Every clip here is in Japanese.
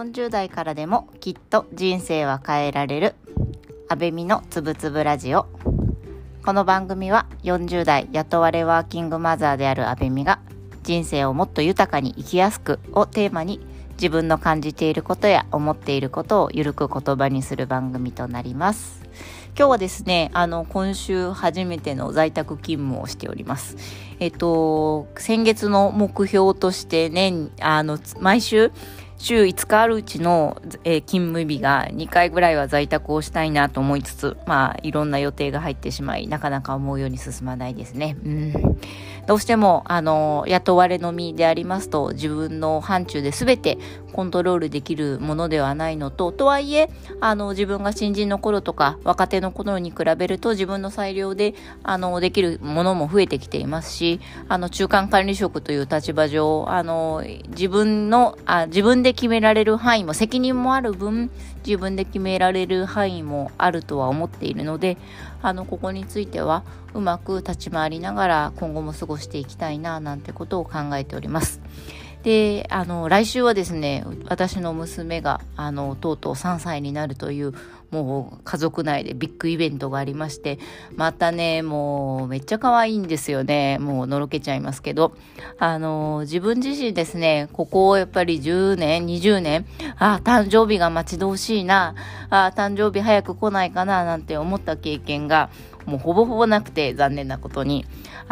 40代からでもきっと人生は変えられるあべみのつぶつぶラジオ。この番組は40代雇われワーキングマザーであるあべみが人生をもっと豊かに生きやすくをテーマに自分の感じていることや思っていることをゆるく言葉にする番組となります。今日はですね、今週初めての在宅勤務をしております。先月の目標として毎週5日あるうちの、勤務日が2回ぐらいは在宅をしたいなと思いつつ、いろんな予定が入ってしまい、なかなか思うように進まないですね。どうしても雇われの身でありますと、自分の範疇で全てコントロールできるものではないのとはいえ自分が新人の頃とか若手の頃に比べると自分の裁量でできるものも増えてきていますし、中間管理職という立場上自分で決められる範囲も責任もある分、自分で決められる範囲もあるとは思っているので、ここについてはうまく立ち回りながら今後も過ごしていきたいななんてことを考えております。で、来週はですね、私の娘がとうとう3歳になるというもう家族内でビッグイベントがありまして、またね、もうめっちゃ可愛いんですよね。もうのろけちゃいますけど、自分自身ですね、ここやっぱり10年20年誕生日が待ち遠しいな、誕生日早く来ないかななんて思った経験がもうほぼほぼなくて、残念なことに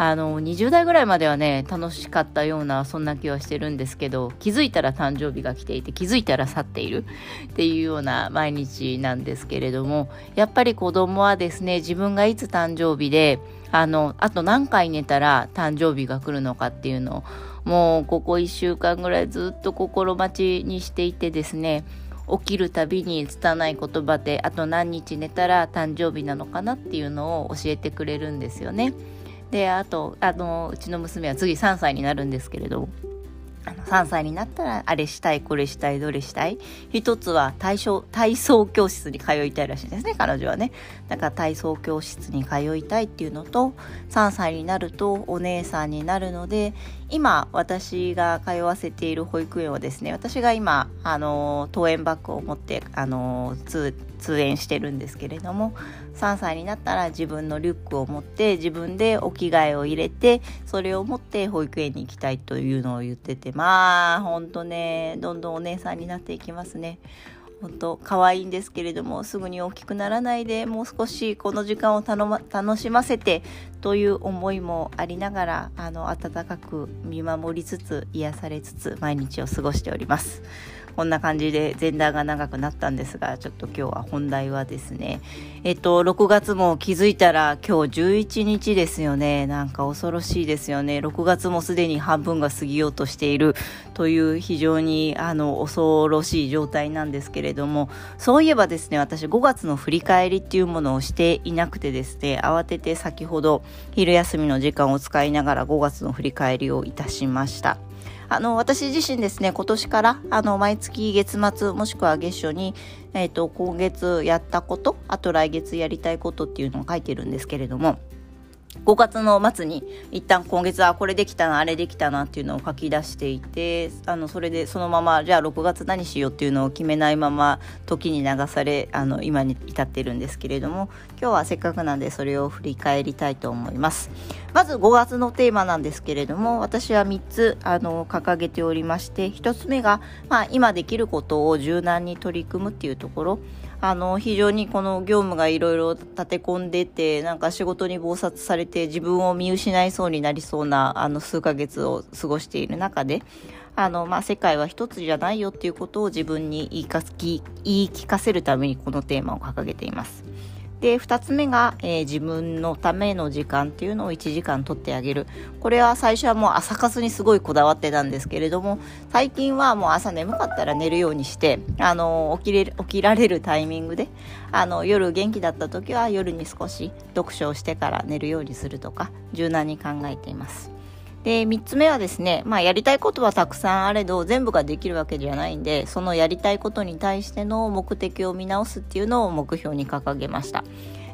20代ぐらいまではね楽しかったような、そんな気はしてるんですけど、気づいたら誕生日が来ていて、気づいたら去っているっていうような毎日なんですけれども、やっぱり子供はですね、自分がいつ誕生日であと何回寝たら誕生日が来るのかっていうのをもうここ1週間ぐらいずっと心待ちにしていてですね、起きるたびに拙い言葉であと何日寝たら誕生日なのかなっていうのを教えてくれるんですよね。で、あとうちの娘は次3歳になるんですけれど、3歳になったらあれしたいこれしたいどれしたい、一つは体操教室に通いたいらしいんですね、彼女はね。だから体操教室に通いたいっていうのと、3歳になるとお姉さんになるので、今私が通わせている保育園はですね、私が今登園バッグを持って通園してるんですけれども、3歳になったら自分のリュックを持って自分でお着替えを入れて、それを持って保育園に行きたいというのを言ってて、ほんとね、どんどんお姉さんになっていきますね。本当可愛いんですけれども、すぐに大きくならないで、もう少しこの時間を楽しませてという思いもありながら、温かく見守りつつ癒されつつ毎日を過ごしております。こんな感じで前段が長くなったんですが、ちょっと今日は本題はですね、6月も気づいたら今日11日ですよね。なんか恐ろしいですよね。6月もすでに半分が過ぎようとしているという非常に恐ろしい状態なんですけれども、そういえばですね、私5月の振り返りっていうものをしていなくてですね、慌てて先ほど昼休みの時間を使いながら5月の振り返りをいたしました。私自身ですね、今年から毎月月末もしくは月初に、今月やったこと、あと来月やりたいことっていうのを書いてるんですけれども、5月の末に一旦今月はこれできたなあれできたなっていうのを書き出していて、それでそのままじゃあ6月何しようっていうのを決めないまま時に流され今に至ってるんですけれども、今日はせっかくなんでそれを振り返りたいと思います。まず5月のテーマなんですけれども、私は3つ掲げておりまして、1つ目が、今できることを柔軟に取り組むっていうところ、非常にこの業務がいろいろ立て込んでて、なんか仕事に忙殺されて自分を見失いそうになりそうな数ヶ月を過ごしている中で、世界は一つじゃないよっていうことを自分に言い聞かせるためにこのテーマを掲げています。で、2つ目が、自分のための時間っていうのを1時間取ってあげる。これは最初はもう朝活にすごいこだわってたんですけれども、最近はもう朝眠かったら寝るようにして、起きられるタイミングで、夜元気だった時は夜に少し読書をしてから寝るようにするとか、柔軟に考えています。で、3つ目はですね、やりたいことはたくさんあれど全部ができるわけじゃないんで、そのやりたいことに対しての目的を見直すっていうのを目標に掲げました。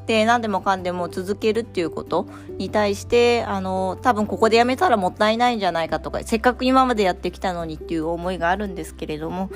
で何でもかんでも続けるっていうことに対して多分ここでやめたらもったいないんじゃないかとか、せっかく今までやってきたのにっていう思いがあるんですけれども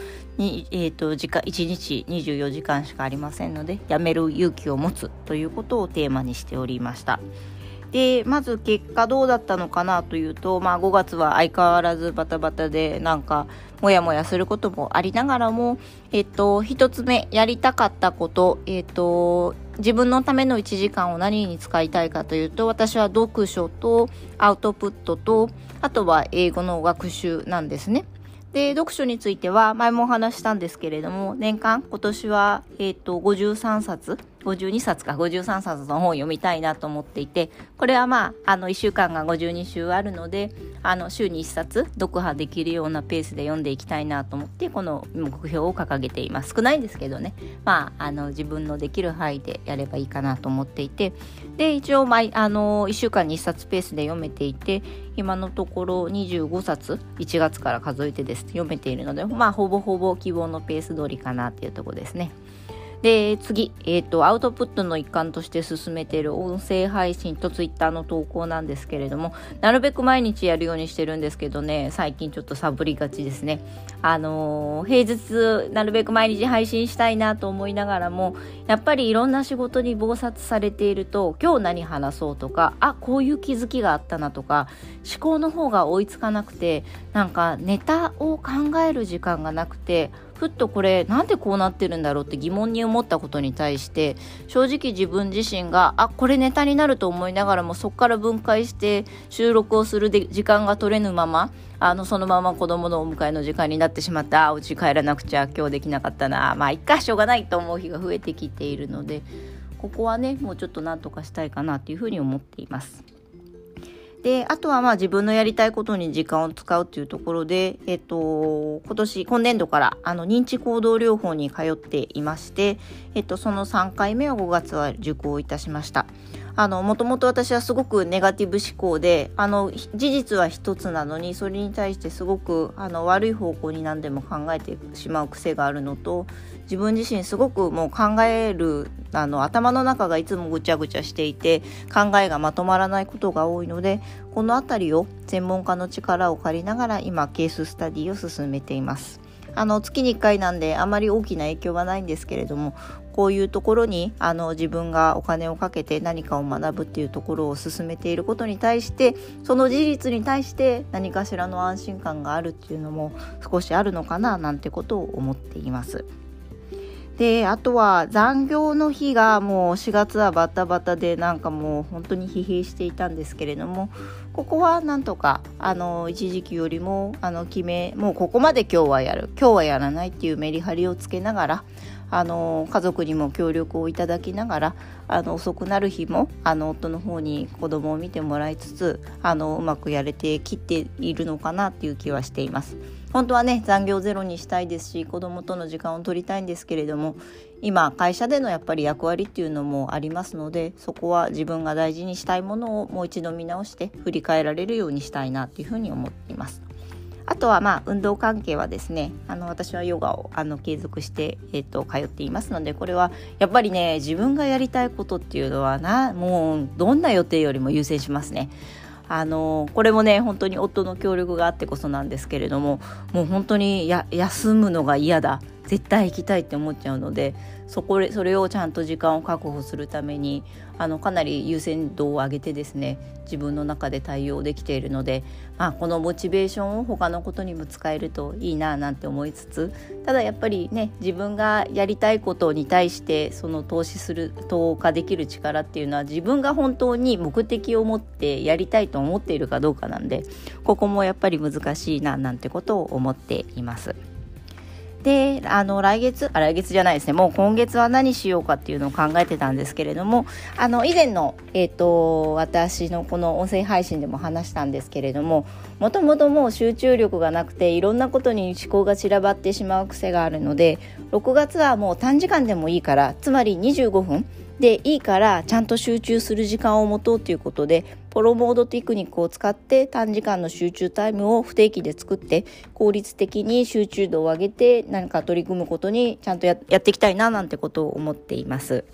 1日24時間しかありませんので、やめる勇気を持つということをテーマにしておりました。でまず結果どうだったのかなというと、5月は相変わらずバタバタでなんかもやもやすることもありながらも、一つ目やりたかったこと、自分のための1時間を何に使いたいかというと、私は読書とアウトプットと、あとは英語の学習なんですね。で読書については前もお話したんですけれども、今年は、53冊の本を読みたいなと思っていて、これは1週間が52週あるので、週に1冊読破できるようなペースで読んでいきたいなと思って、この目標を掲げています。少ないんですけどね、自分のできる範囲でやればいいかなと思っていて、で一応1週間に1冊ペースで読めていて、今のところ25冊1月から数えてです読めているので、ほぼほぼ希望のペース通りかなっていうところですね。で次、アウトプットの一環として進めている音声配信とツイッターの投稿なんですけれども、なるべく毎日やるようにしてるんですけどね、最近ちょっとサボりがちですね。平日なるべく毎日配信したいなと思いながらも、やっぱりいろんな仕事に忙殺されていると、今日何話そうとか、こういう気づきがあったなとか、思考の方が追いつかなくて、なんかネタを考える時間がなくて、ふっとこれなんでこうなってるんだろうって疑問に思ったことに対して、正直自分自身がこれネタになると思いながらも、そこから分解して収録をする時間が取れぬまま、そのまま子供のお迎えの時間になってしまった。お家帰らなくちゃ、今日できなかったな、一回しょうがないと思う日が増えてきているので、ここはねもうちょっとなんとかしたいかなというふうに思っています。であとは自分のやりたいことに時間を使うというところで、今年度から認知行動療法に通っていまして、その3回目を5月は受講いたしました。もともと私はすごくネガティブ思考で、事実は一つなのに、それに対してすごく悪い方向に何でも考えてしまう癖があるのと、自分自身すごくもう考える頭の中がいつもぐちゃぐちゃしていて、考えがまとまらないことが多いので、このあたりを専門家の力を借りながら今ケーススタディを進めています。月に1回なんであまり大きな影響はないんですけれども、こういうところに自分がお金をかけて何かを学ぶっていうところを進めていることに対して、その事実に対して何かしらの安心感があるっていうのも少しあるのかななんてことを思っています。であとは残業の日がもう4月はバタバタで、なんかもう本当に疲弊していたんですけれども、ここはなんとか一時期よりももうここまで今日はやる、今日はやらないっていうメリハリをつけながら、家族にも協力をいただきながら、遅くなる日も夫の方に子供を見てもらいつつうまくやれてきているのかなっていう気はしています。本当はね残業ゼロにしたいですし、子供との時間を取りたいんですけれども、今会社でのやっぱり役割っていうのもありますので、そこは自分が大事にしたいものをもう一度見直して振り返られるようにしたいなっていうふうに思っています。あとは運動関係はですね、私はヨガを継続して、通っていますので、これはやっぱりね自分がやりたいことっていうのはもうどんな予定よりも優先しますね。これもね本当に夫の協力があってこそなんですけれども、もう本当に休むのが嫌だ、絶対行きたいって思っちゃうので、それをちゃんと時間を確保するためにかなり優先度を上げてですね、自分の中で対応できているので、このモチベーションを他のことにも使えるといいななんて思いつつ、ただやっぱりね自分がやりたいことに対してその投下できる力っていうのは、自分が本当に目的を持ってやりたいと思っているかどうかなんで、ここもやっぱり難しいななんてことを思っています。で来月じゃないですね、もう今月は何しようかっていうのを考えてたんですけれども、以前の、私のこの音声配信でも話したんですけれども、もともともう集中力がなくていろんなことに思考が散らばってしまう癖があるので、6月はもう短時間でもいいから、つまり25分でいいからちゃんと集中する時間を持とうということで、ポロモードテクニックを使って短時間の集中タイムを不定期で作って、効率的に集中度を上げて何か取り組むことにちゃんとやっていきたいななんてことを思っています。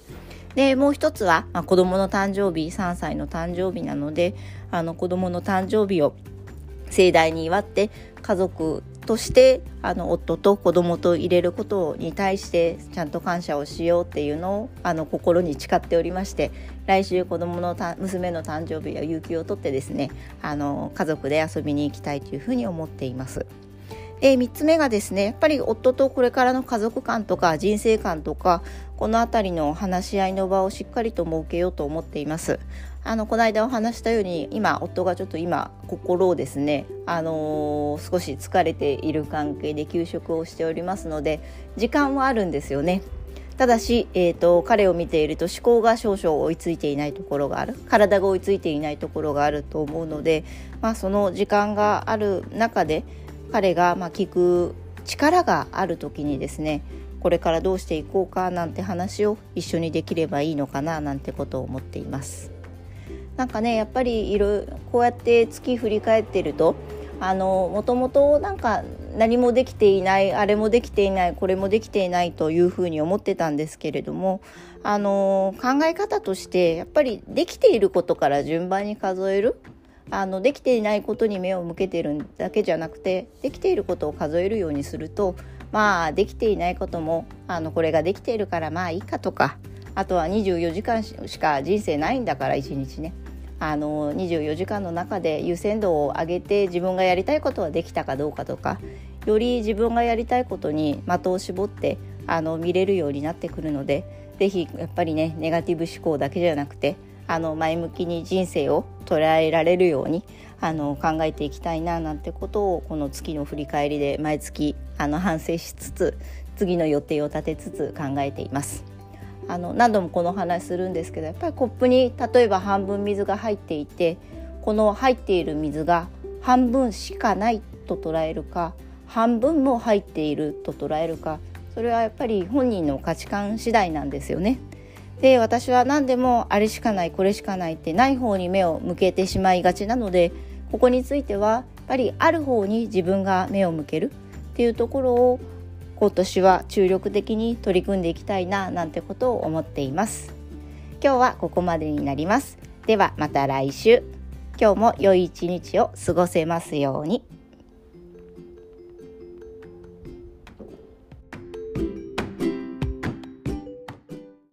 でもう一つは、子供の誕生日、3歳の誕生日なので、子供の誕生日を盛大に祝って、家族として夫と子供と入れることに対してちゃんと感謝をしようっていうのを心に誓っておりまして、来週娘の誕生日や有給を取ってですね、家族で遊びに行きたいというふうに思っています。3つ目がですね、やっぱり夫とこれからの家族観とか人生観とか、このあたりの話し合いの場をしっかりと設けようと思っています。この間お話したように、夫がちょっと心をですね、少し疲れている関係で休職をしておりますので、時間はあるんですよね。ただし、彼を見ていると思考が少々追いついていないところがある、体が追いついていないところがあると思うので、その時間がある中で彼が聞く力がある時にですね、これからどうしていこうかなんて話を一緒にできればいいのかななんてことを思っています。なんかね、やっぱりこうやって月振り返ってると、もともと何もできていない、あれもできていない、これもできていないというふうに思ってたんですけれども、考え方としてやっぱりできていることから順番に数える、できていないことに目を向けているだけじゃなくて、できていることを数えるようにすると、できていないこともこれができているからいいかとか、あとは24時間しか人生ないんだから1日ね、24時間の中で優先度を上げて自分がやりたいことはできたかどうかとか、より自分がやりたいことに的を絞って見れるようになってくるので、ぜひやっぱりね、ネガティブ思考だけじゃなくて前向きに人生を捉えられるように考えていきたいななんてことを、この月の振り返りで毎月反省しつつ、次の予定を立てつつ考えています。何度もこの話するんですけど、やっぱりコップに例えば半分水が入っていて、この入っている水が半分しかないと捉えるか、半分も入っていると捉えるか、それはやっぱり本人の価値観次第なんですよね。で、私は何でもあれしかないこれしかないってない方に目を向けてしまいがちなので、ここについてはやっぱりある方に自分が目を向けるっていうところを、今年は注力的に取り組んでいきたいななんてことを思っています。今日はここまでになります。ではまた来週。今日も良い一日を過ごせますように。